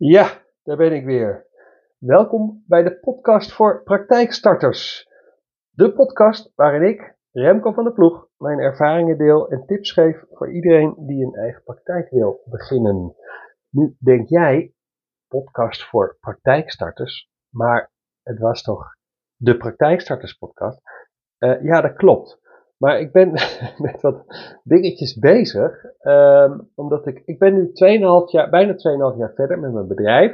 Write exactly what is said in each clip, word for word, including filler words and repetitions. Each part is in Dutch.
Ja, daar ben ik weer. Welkom bij de podcast voor praktijkstarters. De podcast waarin ik, Remco van der Ploeg, mijn ervaringen deel en tips geef voor iedereen die een eigen praktijk wil beginnen. Nu denk jij, podcast voor praktijkstarters, maar het was toch de praktijkstarters podcast? Uh, ja, dat klopt. Maar ik ben met wat dingetjes bezig. Um, omdat ik, ik ben nu twee komma vijf jaar, bijna twee komma vijf jaar verder met mijn bedrijf.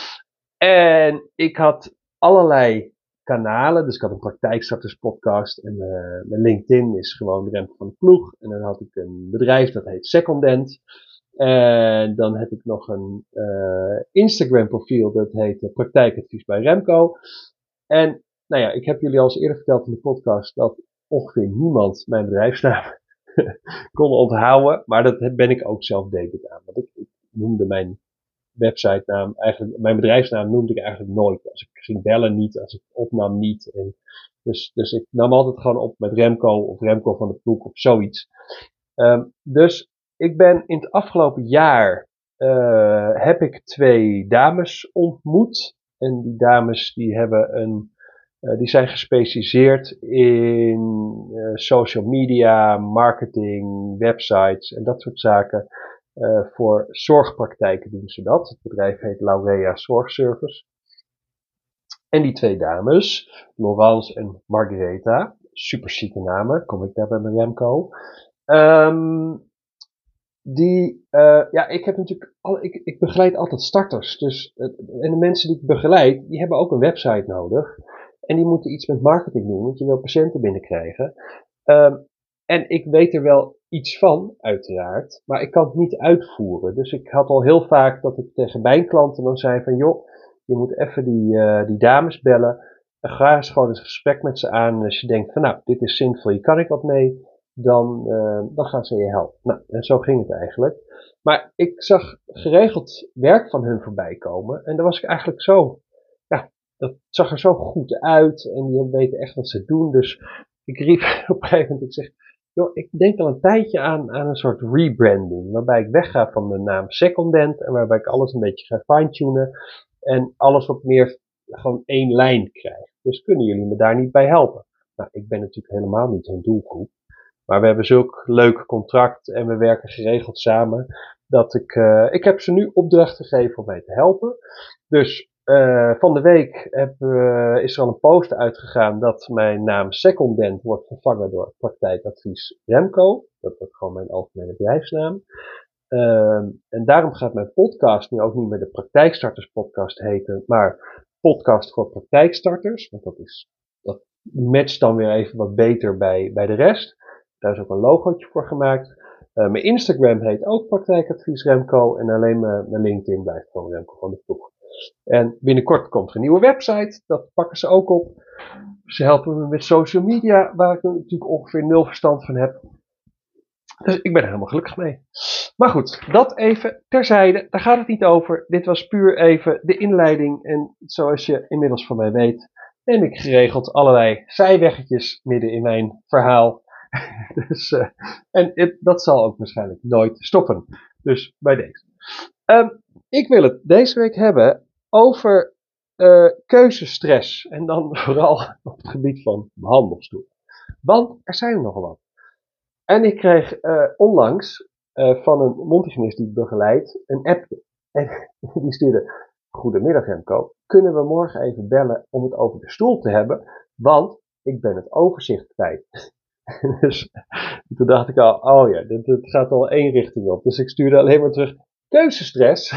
En ik had allerlei kanalen. Dus ik had een praktijkstarters podcast. En uh, mijn LinkedIn is gewoon Remco van de Ploeg. En dan had ik een bedrijf dat heet Secondent. En dan heb ik nog een uh, Instagram profiel dat heet uh, Praktijkadvies bij Remco. En nou ja, ik heb jullie al eens eerder verteld in de podcast dat ongeveer niemand mijn bedrijfsnaam kon onthouden. Maar dat ben ik ook zelf debet aan. Want ik, ik noemde mijn websitenaam eigenlijk, mijn bedrijfsnaam noemde ik eigenlijk nooit. Als ik ging bellen niet, als ik opnam niet. En dus, dus ik nam altijd gewoon op met Remco of Remco van de Ploeg of zoiets. Um, dus ik ben in het afgelopen jaar uh, heb ik twee dames ontmoet. En die dames die hebben een, uh, die zijn gespecialiseerd in uh, social media, marketing, websites en dat soort zaken. Uh, voor zorgpraktijken doen ze dat. Het bedrijf heet Laurea Zorgservice. En die twee dames, Laurence en Margaretha, super chique namen, kom ik daar bij mijn Remco. Um, die, uh, ja, ik heb natuurlijk, al, ik, ik begeleid altijd starters. Dus, uh, en de mensen die ik begeleid, die hebben ook een website nodig. En die moeten iets met marketing doen, want je wil patiënten binnenkrijgen. Um, en ik weet er wel iets van, uiteraard, maar ik kan het niet uitvoeren. Dus ik had al heel vaak dat ik tegen mijn klanten dan zei van, joh, je moet even die, uh, die dames bellen. En ga eens gewoon eens een gesprek met ze aan. En als je denkt van, nou, dit is zinvol, hier kan ik wat mee. Dan, uh, dan gaan ze je helpen. Nou, en zo ging het eigenlijk. Maar ik zag geregeld werk van hun voorbij komen. En daar was ik eigenlijk zo, ja, dat zag er zo goed uit. En die weten echt wat ze doen. Dus ik riep op een gegeven moment, ik zeg, joh, ik denk al een tijdje aan, aan een soort rebranding. Waarbij ik wegga van de naam Secondent. En waarbij ik alles een beetje ga fine-tunen. En alles wat meer gewoon één lijn krijgt. Dus kunnen jullie me daar niet bij helpen? Nou, ik ben natuurlijk helemaal niet hun doelgroep. Maar we hebben zulk leuk contract en we werken geregeld samen. Dat ik, uh, ik heb ze nu opdracht gegeven om mij te helpen. Dus uh, van de week heb, uh, is er al een post uitgegaan dat mijn naam Secondent wordt vervangen door praktijkadvies Remco. Dat wordt gewoon mijn algemene bedrijfsnaam. Uh, en daarom gaat mijn podcast nu ook niet meer de Praktijkstarters podcast heten, maar podcast voor praktijkstarters. Want dat is, dat matcht dan weer even wat beter bij, bij de rest. Daar is ook een logootje voor gemaakt. Uh, mijn Instagram heet ook Praktijkadvies Remco. En alleen mijn, mijn LinkedIn blijft gewoon Remco van de Ploeg. En binnenkort komt er een nieuwe website. Dat pakken ze ook op. Ze helpen me met social media, waar ik natuurlijk ongeveer nul verstand van heb. Dus ik ben er helemaal gelukkig mee. Maar goed, dat even terzijde. Daar gaat het niet over. Dit was puur even de inleiding. En zoals je inmiddels van mij weet, neem ik geregeld allerlei zijweggetjes midden in mijn verhaal. dus, uh, en het, dat zal ook waarschijnlijk nooit stoppen. Dus bij deze. Um, ik wil het deze week hebben over uh, keuzestress. En dan vooral op het gebied van behandelstoel. Want er zijn er nogal wat. En ik kreeg uh, onlangs uh, van een mondhygiënist die ik begeleid een appje. En die stuurde: Goedemiddag Remco, kunnen we morgen even bellen om het over de stoel te hebben? Want ik ben het overzicht kwijt. Dus toen dacht ik al, oh ja, dit, dit gaat al één richting op. Dus ik stuurde alleen maar terug, keuzestress.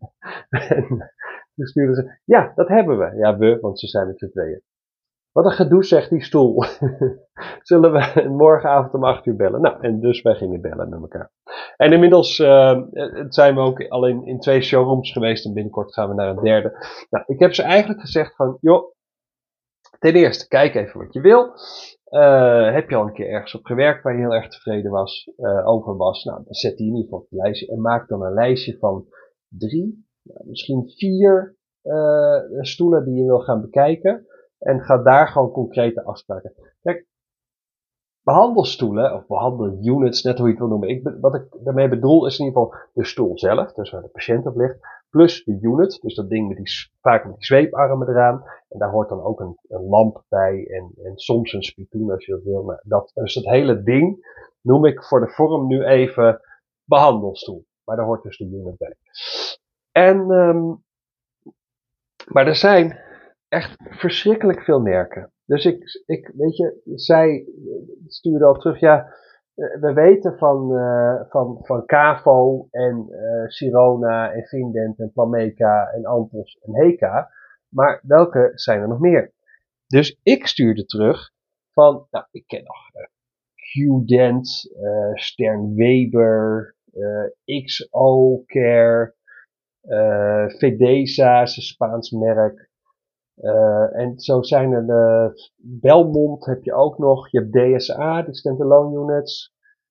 En toen stuurde ze, ja, dat hebben we. Ja, we, want ze zijn met z'n tweeën. Wat een gedoe, zegt die stoel. Zullen we morgenavond om acht uur bellen? Nou, en dus wij gingen bellen met elkaar. En inmiddels uh, zijn we ook al in, in twee showrooms geweest en binnenkort gaan we naar een derde. Nou, ik heb ze eigenlijk gezegd van, joh, ten eerste, kijk even wat je wil. Uh, heb je al een keer ergens op gewerkt waar je heel erg tevreden was, uh, over was? Nou, dan zet die in ieder geval op het lijstje en maak dan een lijstje van drie, nou, misschien vier uh, stoelen die je wil gaan bekijken. En ga daar gewoon concrete afspraken. Kijk, behandelstoelen, of behandelunits, net hoe je het wil noemen. Ik, wat ik daarmee bedoel is in ieder geval de stoel zelf, dus waar de patiënt op ligt, plus de unit, dus dat ding met die, vaak met die zweeparmen eraan. En daar hoort dan ook een, een lamp bij en, en soms een spitoen als je dat wil. Maar dat, dus dat hele ding noem ik voor de vorm nu even behandelstoel. Maar daar hoort dus de unit bij. En, um, maar er zijn echt verschrikkelijk veel merken. Dus ik, ik weet je, zij stuurde al terug, ja, we weten van, uh, van, van Cavo en uh, Sirona en Vindent en Plameca en Antos en Heka. Maar welke zijn er nog meer? Dus ik stuurde terug van, nou, ik ken nog uh, Q-Dent, uh, Stern-Weber, uh, X O-Care, uh, Fedesa is een Spaans merk. Uh, en zo zijn er de Belmont heb je ook nog. Je hebt D S A, de standalone units.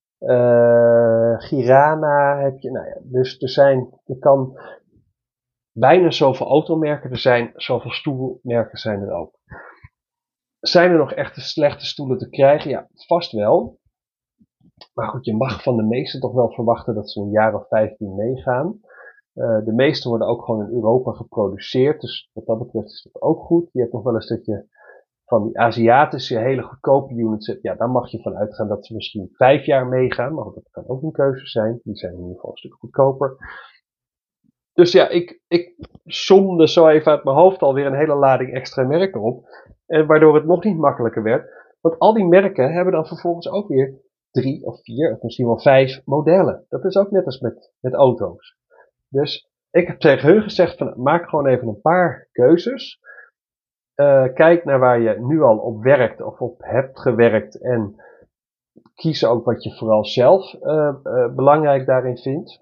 Uh, Girana heb je. Nou ja, dus er zijn, er kan bijna zoveel automerken er zijn, zoveel stoelmerken zijn er ook. Zijn er nog echte slechte stoelen te krijgen? Ja, vast wel. Maar goed, je mag van de meeste toch wel verwachten dat ze een jaar of vijftien meegaan. Uh, de meeste worden ook gewoon in Europa geproduceerd. Dus wat dat betreft is dat ook goed. Je hebt nog wel eens dat je van die Aziatische hele goedkope units hebt. Ja, daar mag je van uitgaan dat ze misschien vijf jaar meegaan. Maar dat kan ook een keuze zijn. Die zijn in ieder geval een stuk goedkoper. Dus ja, ik, ik somde zo even uit mijn hoofd alweer een hele lading extra merken op. En waardoor het nog niet makkelijker werd. Want al die merken hebben dan vervolgens ook weer drie of vier of misschien wel vijf modellen. Dat is ook net als met, met auto's. Dus ik heb tegen hun gezegd van maak gewoon even een paar keuzes. Uh, kijk naar waar je nu al op werkt of op hebt gewerkt en kies ook wat je vooral zelf uh, uh, belangrijk daarin vindt.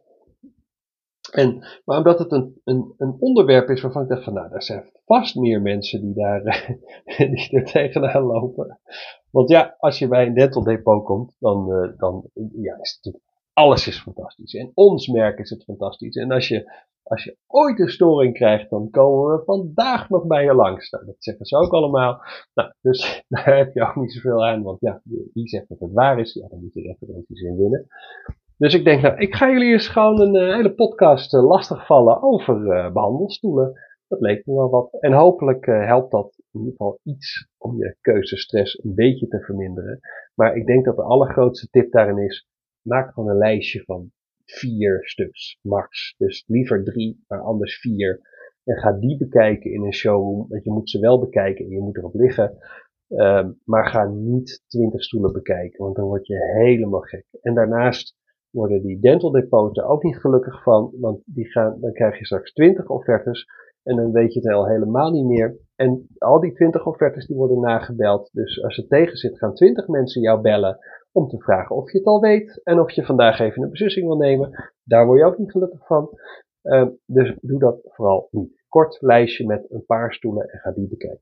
En, maar omdat het een, een, een onderwerp is waarvan ik dacht van nou, daar zijn vast meer mensen die daar die er tegenaan lopen. Want ja, als je bij een dental depot komt, dan, uh, dan ja, is het natuurlijk, alles is fantastisch. En ons merk is het fantastisch. En als je, als je ooit een storing krijgt, dan komen we vandaag nog bij je langs. Nou, dat zeggen ze ook allemaal. Nou, dus daar heb je ook niet zoveel aan. Want ja, wie zegt dat het waar is? Ja, dan moet je referenties in winnen. Dus ik denk, nou, ik ga jullie eens gewoon een uh, hele podcast uh, lastigvallen over uh, behandelstoelen. Dat leek me wel wat. En hopelijk uh, helpt dat in ieder geval iets om je keuzestress een beetje te verminderen. Maar ik denk dat de allergrootste tip daarin is, maak gewoon een lijstje van vier stuks, max. Dus liever drie, maar anders vier. En ga die bekijken in een showroom. Want je moet ze wel bekijken en je moet erop liggen. Uh, maar ga niet twintig stoelen bekijken, want dan word je helemaal gek. En daarnaast worden die dental depots er ook niet gelukkig van, want die gaan, dan krijg je straks twintig offertes en dan weet je het al helemaal niet meer. En al die twintig offertes die worden nagebeld, dus als het tegen zit gaan twintig mensen jou bellen om te vragen of je het al weet en of je vandaag even een beslissing wil nemen. Daar word je ook niet gelukkig van. Uh, dus doe dat vooral niet. Kort lijstje met een paar stoelen en ga die bekijken.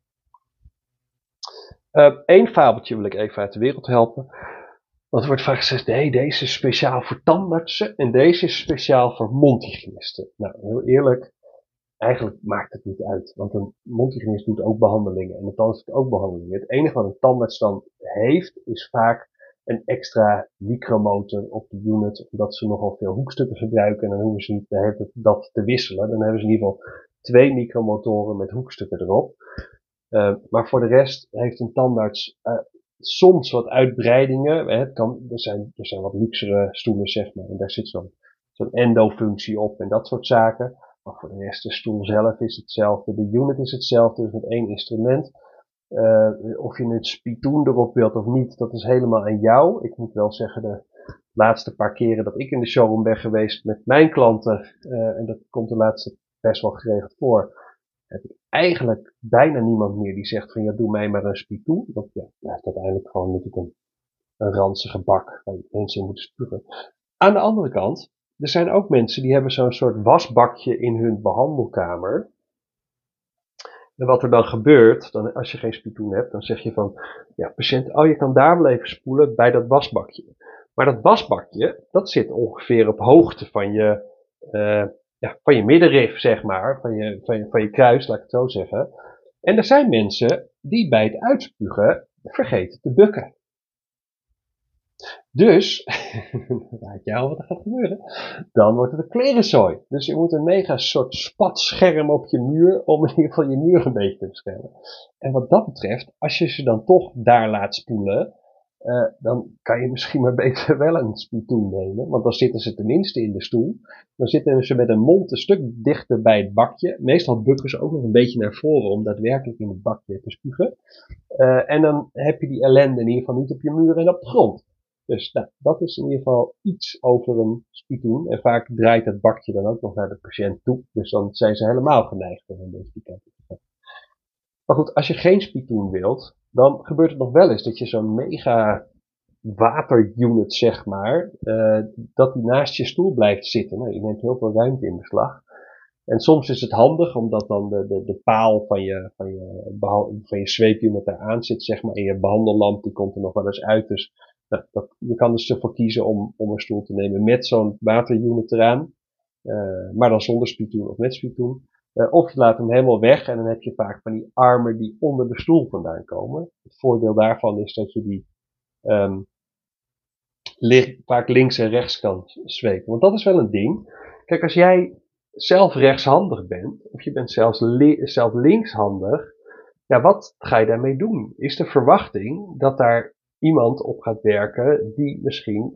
Eén uh, fabeltje wil ik even uit de wereld helpen. Want er wordt vaak gezegd, nee, deze is speciaal voor tandartsen en deze is speciaal voor mondhygiënisten. Nou, heel eerlijk, eigenlijk maakt het niet uit. Want een mondhygiënist doet ook behandelingen en een tandarts doet ook behandelingen. Het enige wat een tandarts dan heeft, is vaak een extra micromotor op de unit, omdat ze nogal veel hoekstukken gebruiken en dan hoeven ze niet de dat te wisselen. Dan hebben ze in ieder geval twee micromotoren met hoekstukken erop. Uh, maar voor de rest heeft een tandarts uh, soms wat uitbreidingen. Hè, het kan, er, zijn, er zijn wat luxere stoelen, zeg maar. En daar zit zo'n zo'n endo-functie op en dat soort zaken. Maar voor de rest, de stoel zelf is hetzelfde. De unit is hetzelfde, dus met één instrument. Uh, of je een spitoen erop wilt of niet, dat is helemaal aan jou. Ik moet wel zeggen, de laatste paar keren dat ik in de showroom ben geweest met mijn klanten, uh, en dat komt de laatste best wel geregeld voor, heb ik eigenlijk bijna niemand meer die zegt van ja, doe mij maar een spitoen. Want ja, dat is uiteindelijk gewoon natuurlijk een, een ranzige bak waar mensen in moeten spugen. Aan de andere kant, er zijn ook mensen die hebben zo'n soort wasbakje in hun behandelkamer. En wat er dan gebeurt, dan, als je geen spitoen hebt, dan zeg je van, ja, patiënt, oh, je kan daar wel even spoelen bij dat wasbakje. Maar dat wasbakje, dat zit ongeveer op hoogte van je, uh, ja, van je middenrif, zeg maar, van je, van je, van je kruis, laat ik het zo zeggen. En er zijn mensen die bij het uitspugen vergeten te bukken. Dus, raad jij al wat er gaat gebeuren, dan wordt het een klerenzooi. Dus je moet een mega soort spatscherm op je muur, om in ieder geval je muur een beetje te beschermen. En wat dat betreft, als je ze dan toch daar laat spoelen, uh, dan kan je misschien maar beter wel een spitoen nemen, want dan zitten ze tenminste in de stoel. Dan zitten ze met een mond een stuk dichter bij het bakje. Meestal bukken ze ook nog een beetje naar voren om daadwerkelijk in het bakje te spugen. Uh, en dan heb je die ellende in ieder geval niet op je muur en op de grond. Dus nou, dat is in ieder geval iets over een spitoen. En vaak draait het bakje dan ook nog naar de patiënt toe. Dus dan zijn ze helemaal geneigd om een beetje die kant op te gaan. Maar goed, als je geen spitoen wilt, dan gebeurt het nog wel eens dat je zo'n mega waterunit, zeg maar, uh, dat die naast je stoel blijft zitten. Nou, je neemt heel veel ruimte in beslag. En soms is het handig, omdat dan de, de, de paal van je, van je, van je zweepunit daar aan zit, zeg maar, en je behandellamp, die komt er nog wel eens uit. Dus dat, dat, je kan dus ervoor kiezen om, om een stoel te nemen met zo'n waterunit eraan, uh, maar dan zonder spitoen of met spitoen. Uh, of je laat hem helemaal weg en dan heb je vaak van die armen die onder de stoel vandaan komen. Het voordeel daarvan is dat je die um, li- vaak links en rechts kan zwepen. Want dat is wel een ding. Kijk, als jij zelf rechtshandig bent, of je bent zelfs li- zelf linkshandig, ja, wat ga je daarmee doen? Is de verwachting dat daar iemand op gaat werken die misschien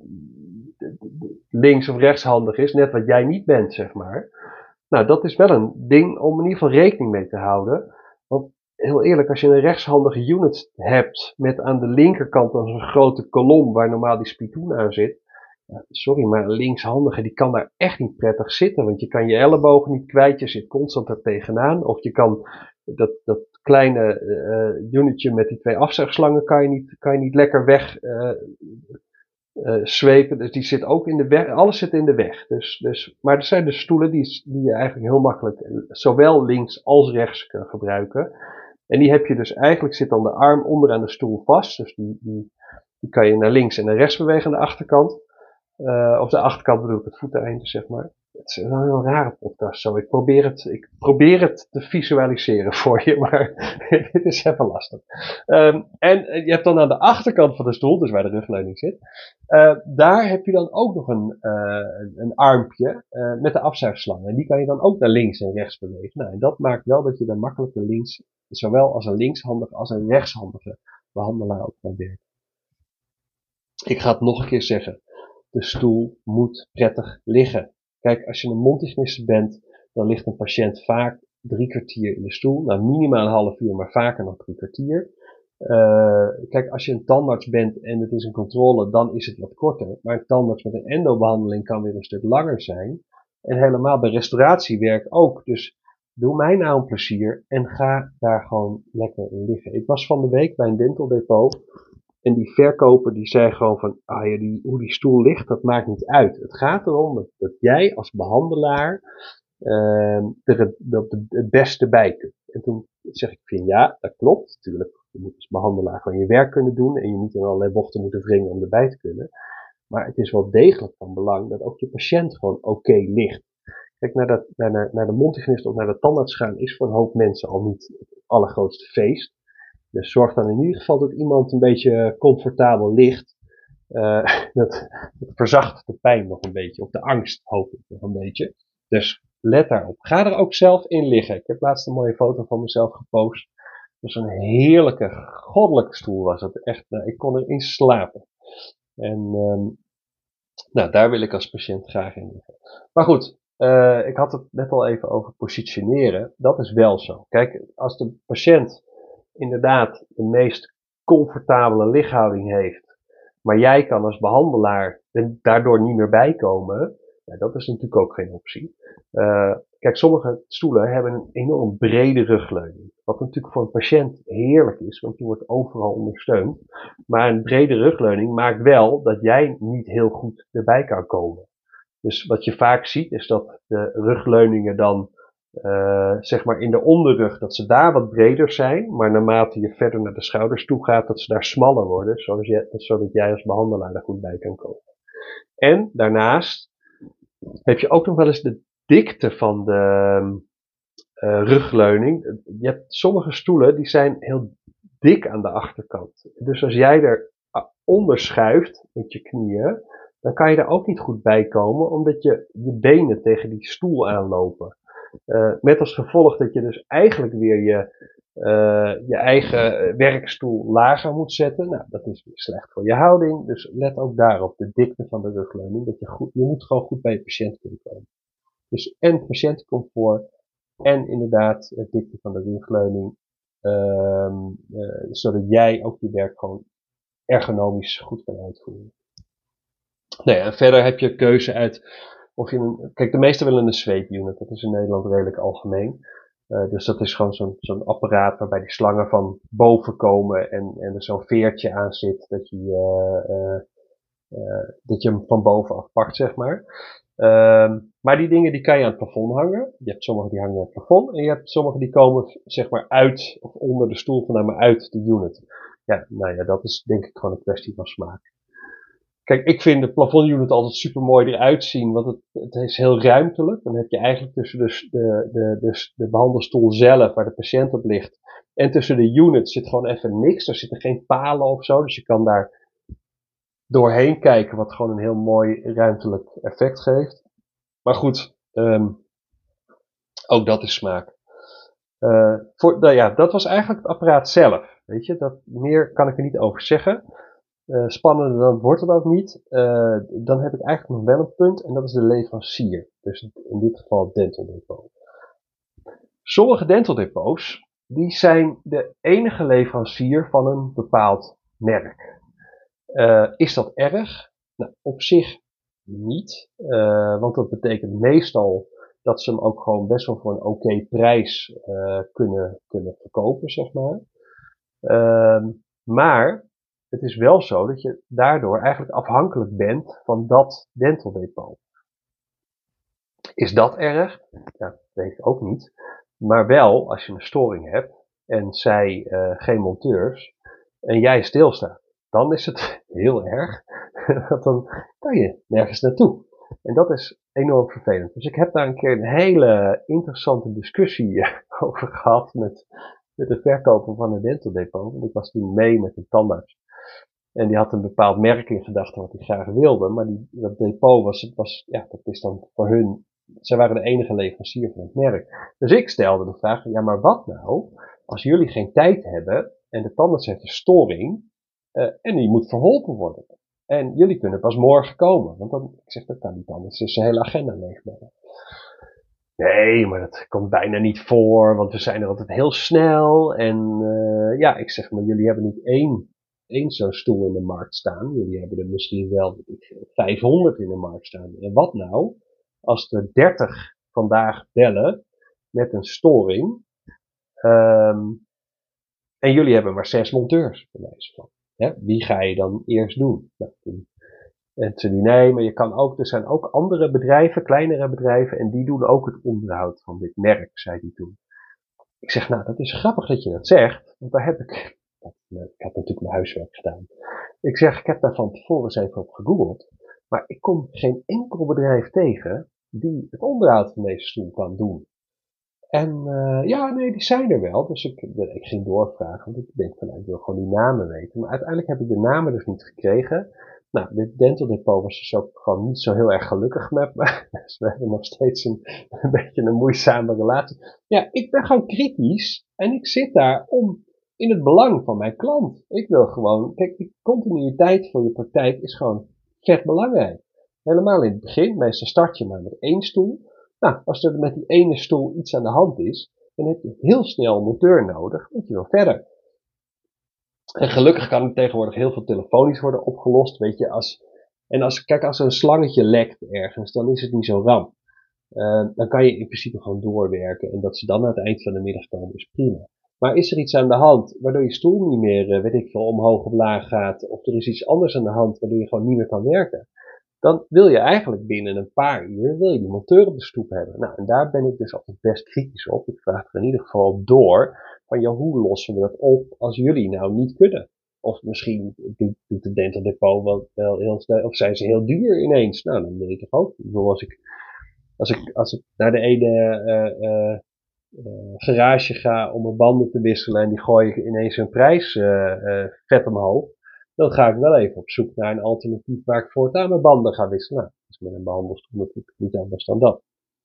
links- of rechtshandig is, net wat jij niet bent, zeg maar. Nou, dat is wel een ding om in ieder geval rekening mee te houden. Want heel eerlijk, als je een rechtshandige unit hebt met aan de linkerkant dan zo'n grote kolom waar normaal die spitoen aan zit. Sorry, maar een linkshandige die kan daar echt niet prettig zitten. Want je kan je ellebogen niet kwijt, je zit constant er tegenaan. Of je kan dat, dat kleine uh, unitje met die twee afzuigslangen kan je niet, kan je niet lekker weg uh, uh, zwepen. Dus die zit ook in de weg. Alles zit in de weg. Dus, dus, maar er zijn dus stoelen die, die je eigenlijk heel makkelijk zowel links als rechts kan gebruiken. En die heb je dus eigenlijk, zit dan de arm onderaan de stoel vast. Dus die, die, die kan je naar links en naar rechts bewegen aan de achterkant. Uh, of de achterkant bedoel ik, het voeteneinde, zeg maar. Het is wel een heel rare podcast zo. Ik probeer het, ik probeer het te visualiseren voor je, maar het is even lastig. Um, en je hebt dan aan de achterkant van de stoel, dus waar de rugleuning zit, uh, daar heb je dan ook nog een, uh, een armpje uh, met de afzuigslang. En die kan je dan ook naar links en rechts bewegen. Nou, en dat maakt wel dat je daar makkelijk naar links, zowel als een linkshandige als een rechtshandige behandelaar op kan werken. Ik ga het nog een keer zeggen. De stoel moet prettig liggen. Kijk, als je een mondhygiëniste bent, dan ligt een patiënt vaak drie kwartier in de stoel. Nou, minimaal een half uur, maar vaker nog drie kwartier. Uh, kijk, als je een tandarts bent en het is een controle, dan is het wat korter. Maar een tandarts met een endobehandeling kan weer een stuk langer zijn. En helemaal bij restauratiewerk ook. Dus doe mij nou een plezier en ga daar gewoon lekker in liggen. Ik was van de week bij een dental depot. En die verkoper die zei gewoon van, ah ja, die, hoe die stoel ligt, dat maakt niet uit. Het gaat erom dat, dat jij als behandelaar uh, er het, dat het beste bij kunt. En toen zeg ik van ja, dat klopt. Natuurlijk, je moet als behandelaar gewoon je werk kunnen doen en je niet in allerlei bochten moeten wringen om erbij te kunnen. Maar het is wel degelijk van belang dat ook je patiënt gewoon oké okay ligt. Kijk, naar de, naar, naar de mondhygiënist of naar de tandarts gaan is voor een hoop mensen al niet het allergrootste feest. Dus zorg dan in ieder geval dat iemand een beetje comfortabel ligt. Uh, dat, dat verzacht de pijn nog een beetje. Of de angst hopelijk nog een beetje. Dus let daarop. Ga er ook zelf in liggen. Ik heb laatst een mooie foto van mezelf gepost. Het was een heerlijke, goddelijke stoel was het. Echt, nou, ik kon erin slapen. En um, nou, daar wil ik als patiënt graag in liggen. Maar goed, uh, ik had het net al even over positioneren. Dat is wel zo. Kijk, als de patiënt inderdaad de meest comfortabele lichaamhouding heeft, maar jij kan als behandelaar er daardoor niet meer bijkomen, ja, dat is natuurlijk ook geen optie. Uh, kijk, sommige stoelen hebben een enorm brede rugleuning, wat natuurlijk voor een patiënt heerlijk is, want je wordt overal ondersteund. Maar een brede rugleuning maakt wel dat jij niet heel goed erbij kan komen. Dus wat je vaak ziet is dat de rugleuningen dan Uh, zeg maar in de onderrug, dat ze daar wat breder zijn, maar naarmate je verder naar de schouders toe gaat, dat ze daar smaller worden, zodat, je, zodat jij als behandelaar er goed bij kan komen. En daarnaast heb je ook nog wel eens de dikte van de uh, rugleuning. Je hebt sommige stoelen die zijn heel dik aan de achterkant. Dus als jij er onderschuift met je knieën, dan kan je er ook niet goed bij komen, omdat je je benen tegen die stoel aanlopen. Uh, met als gevolg dat je dus eigenlijk weer je, uh, je eigen werkstoel lager moet zetten. Nou, dat is weer slecht voor je houding, dus let ook daarop, de dikte van de rugleuning. Dat je, goed, je moet gewoon goed bij je patiënt kunnen komen. Dus en patiëntencomfort en inderdaad de dikte van de rugleuning. Uh, uh, zodat jij ook je werk gewoon ergonomisch goed kan uitvoeren. Nou ja, en verder heb je keuze uit of je een, kijk, de meesten willen een sweep unit, dat is in Nederland redelijk algemeen. Uh, dus dat is gewoon zo'n, zo'n apparaat waarbij die slangen van boven komen en, en er zo'n veertje aan zit dat je, uh, uh, uh, dat je hem van bovenaf pakt, zeg maar. Uh, maar die dingen die kan je aan het plafond hangen. Je hebt sommige die hangen aan het plafond en je hebt sommige die komen zeg maar uit of onder de stoel vandaan, maar uit de unit. Ja, nou ja, dat is denk ik gewoon een kwestie van smaak. Kijk, ik vind de plafondunit altijd super mooi eruit zien, want het, het is heel ruimtelijk. Dan heb je eigenlijk tussen de, de, de, de, de behandelstoel zelf, waar de patiënt op ligt, en tussen de units zit gewoon even niks. Er zitten geen palen of zo, dus je kan daar doorheen kijken, wat gewoon een heel mooi ruimtelijk effect geeft. Maar goed, um, ook dat is smaak. Uh, voor, nou ja, dat was eigenlijk het apparaat zelf. Weet je, dat, meer kan ik er niet over zeggen. Uh, spannender dan wordt het ook niet. Uh, dan heb ik eigenlijk nog wel een punt en dat is de leverancier. Dus in dit geval Dental Depot. Sommige Dental Depots die zijn de enige leverancier van een bepaald merk. Uh, is dat erg? Nou, op zich niet. Uh, want dat betekent meestal dat ze hem ook gewoon best wel voor een oké okay prijs uh, kunnen, kunnen verkopen, zeg maar. Uh, maar het is wel zo dat je daardoor eigenlijk afhankelijk bent van dat Dental Depot. Is dat erg? Ja, dat weet ik ook niet. Maar wel als je een storing hebt en zij uh, geen monteurs en jij stilstaat, dan is het heel erg. Want dan kan je nergens naartoe. En dat is enorm vervelend. Dus ik heb daar een keer een hele interessante discussie over gehad met, met de verkoper van een Dental Depot. Want ik was toen mee met een tandarts. En die had een bepaald merk in gedachten wat hij graag wilde. Maar die, dat depot was, was, ja, dat is dan voor hun, zij waren de enige leverancier van het merk. Dus ik stelde de vraag, ja maar wat nou, als jullie geen tijd hebben en de tandarts heeft een storing, uh, en die moet verholpen worden. En jullie kunnen pas morgen komen. Want dan, ik zeg, dat kan die tandarts dus zijn hele agenda leegbrengen. Nee, maar dat komt bijna niet voor, want we zijn er altijd heel snel. En uh, ja, ik zeg, maar jullie hebben niet één één zo'n stoel in de markt staan. Jullie hebben er misschien wel vijfhonderd in de markt staan. En wat nou als er dertig vandaag bellen met een storing um, en jullie hebben maar zes monteurs, bij wijze van. Ja, wie ga je dan eerst doen? Nou, en ze die nee, maar je kan ook, er zijn ook andere bedrijven, kleinere bedrijven, en die doen ook het onderhoud van dit merk, zei hij toen. Ik zeg, nou, dat is grappig dat je dat zegt, want daar heb ik, ik had natuurlijk mijn huiswerk gedaan. Ik zeg, ik heb daar van tevoren eens even op gegoogeld, maar ik kom geen enkel bedrijf tegen die het onderhoud van deze stoel kan doen. En uh, ja, nee, die zijn er wel. Dus ik, ik ging doorvragen, want ik denk van, nou, ik wil gewoon die namen weten. Maar uiteindelijk heb ik de namen dus niet gekregen. Nou, dit Dental Depot was dus ook gewoon niet zo heel erg gelukkig met me. Dus we hebben nog steeds een, een beetje een moeizame relatie. Ja, ik ben gewoon kritisch en ik zit daar om in het belang van mijn klant. Ik wil gewoon, kijk, die continuïteit van je praktijk is gewoon vet belangrijk. Helemaal in het begin, meestal start je maar met één stoel. Nou, als er met die ene stoel iets aan de hand is, dan heb je heel snel een monteur nodig, want je wil verder. En gelukkig kan er tegenwoordig heel veel telefonisch worden opgelost, weet je, als, en als, kijk, als er een slangetje lekt ergens, dan is het niet zo ramp. Uh, dan kan je in principe gewoon doorwerken en dat ze dan aan het eind van de middag komen is prima. Maar is er iets aan de hand, waardoor je stoel niet meer, weet ik veel, omhoog of laag gaat, of er is iets anders aan de hand, waardoor je gewoon niet meer kan werken, dan wil je eigenlijk binnen een paar uur, wil je die monteur op de stoep hebben. Nou, en daar ben ik dus altijd best kritisch op. Ik vraag er in ieder geval op door, van ja, hoe lossen we dat op als jullie nou niet kunnen? Of misschien doet, doet de Dental Depot wel, wel heel snel, of zijn ze heel duur ineens? Nou, dan weet ik toch ook. Ik bedoel, als ik, als ik, als ik naar de ene uh, uh, uh, garage ga om mijn banden te wisselen en die gooi ik ineens hun prijs uh, uh, vet omhoog, dan ga ik wel even op zoek naar een alternatief waar ik voortaan mijn banden ga wisselen. Nou, dat is met een behandelstoel natuurlijk niet anders dan dat.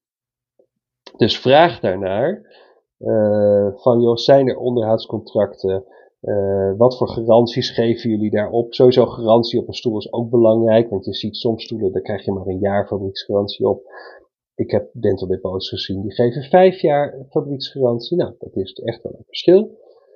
Dus vraag daarnaar. Uh, van joh, zijn er onderhoudscontracten? Uh, wat voor garanties geven jullie daarop? Sowieso garantie op een stoel is ook belangrijk, want je ziet soms stoelen, daar krijg je maar een jaar fabrieksgarantie op. Ik heb dental depots gezien, die geven vijf jaar fabrieksgarantie. Nou, dat is echt wel een verschil.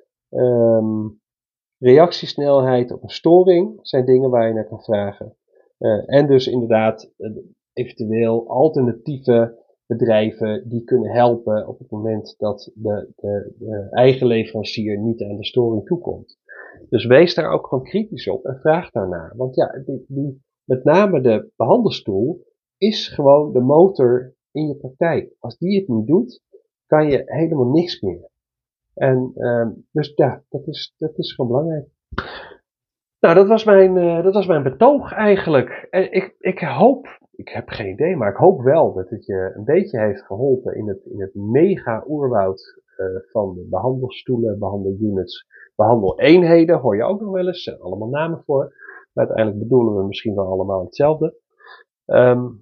Um, reactiesnelheid op een storing zijn dingen waar je naar kan vragen. Uh, en dus inderdaad uh, eventueel alternatieve bedrijven die kunnen helpen op het moment dat de, de, de eigen leverancier niet aan de storing toekomt. Dus wees daar ook gewoon kritisch op en vraag daarnaar. Want ja, die, die, met name de behandelstoel is gewoon de motor in je praktijk. Als die het niet doet, kan je helemaal niks meer. En um, dus ja, dat is, dat is gewoon belangrijk. Nou, dat was mijn, uh, dat was mijn betoog eigenlijk. En ik, ik hoop, ik heb geen idee, maar ik hoop wel dat het je een beetje heeft geholpen in het, in het mega oerwoud uh, van de behandelstoelen, behandelunits, behandeleenheden. Hoor je ook nog wel eens, er zijn allemaal namen voor. Maar uiteindelijk bedoelen we misschien wel allemaal hetzelfde. Um,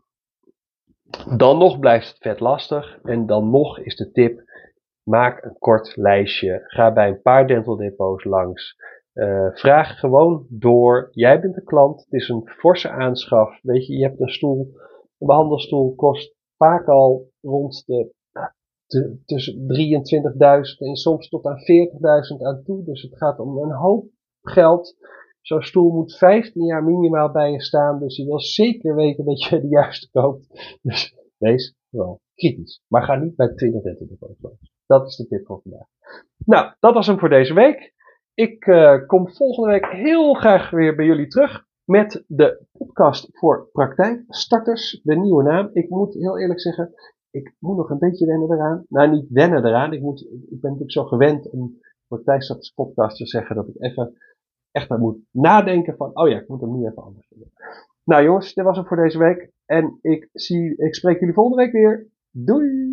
dan nog blijft het vet lastig. En dan nog is de tip, maak een kort lijstje. Ga bij een paar dental depots langs. Uh, vraag gewoon door. Jij bent de klant. Het is een forse aanschaf. Weet je, je hebt een stoel. Een behandelstoel kost vaak al rond de, de tussen drieëntwintigduizend en soms tot aan veertigduizend aan toe. Dus het gaat om een hoop geld. Zo'n stoel moet vijftien jaar minimaal bij je staan. Dus je wil zeker weten dat je de juiste koopt. Dus wees wel kritisch. Maar ga niet bij twintig dental depots langs. Dat is de tip voor vandaag. Nou, dat was hem voor deze week. Ik uh, kom volgende week heel graag weer bij jullie terug met de podcast voor praktijkstarters. De nieuwe naam. Ik moet heel eerlijk zeggen, ik moet nog een beetje wennen eraan. Nou, niet wennen eraan. Ik, moet, ik ben natuurlijk zo gewend om praktijkstarters podcast te zeggen dat ik even echt aan moet nadenken van, oh ja, ik moet hem nu even anders doen. Nou jongens, dit was hem voor deze week. En ik, zie, ik spreek jullie volgende week weer. Doei!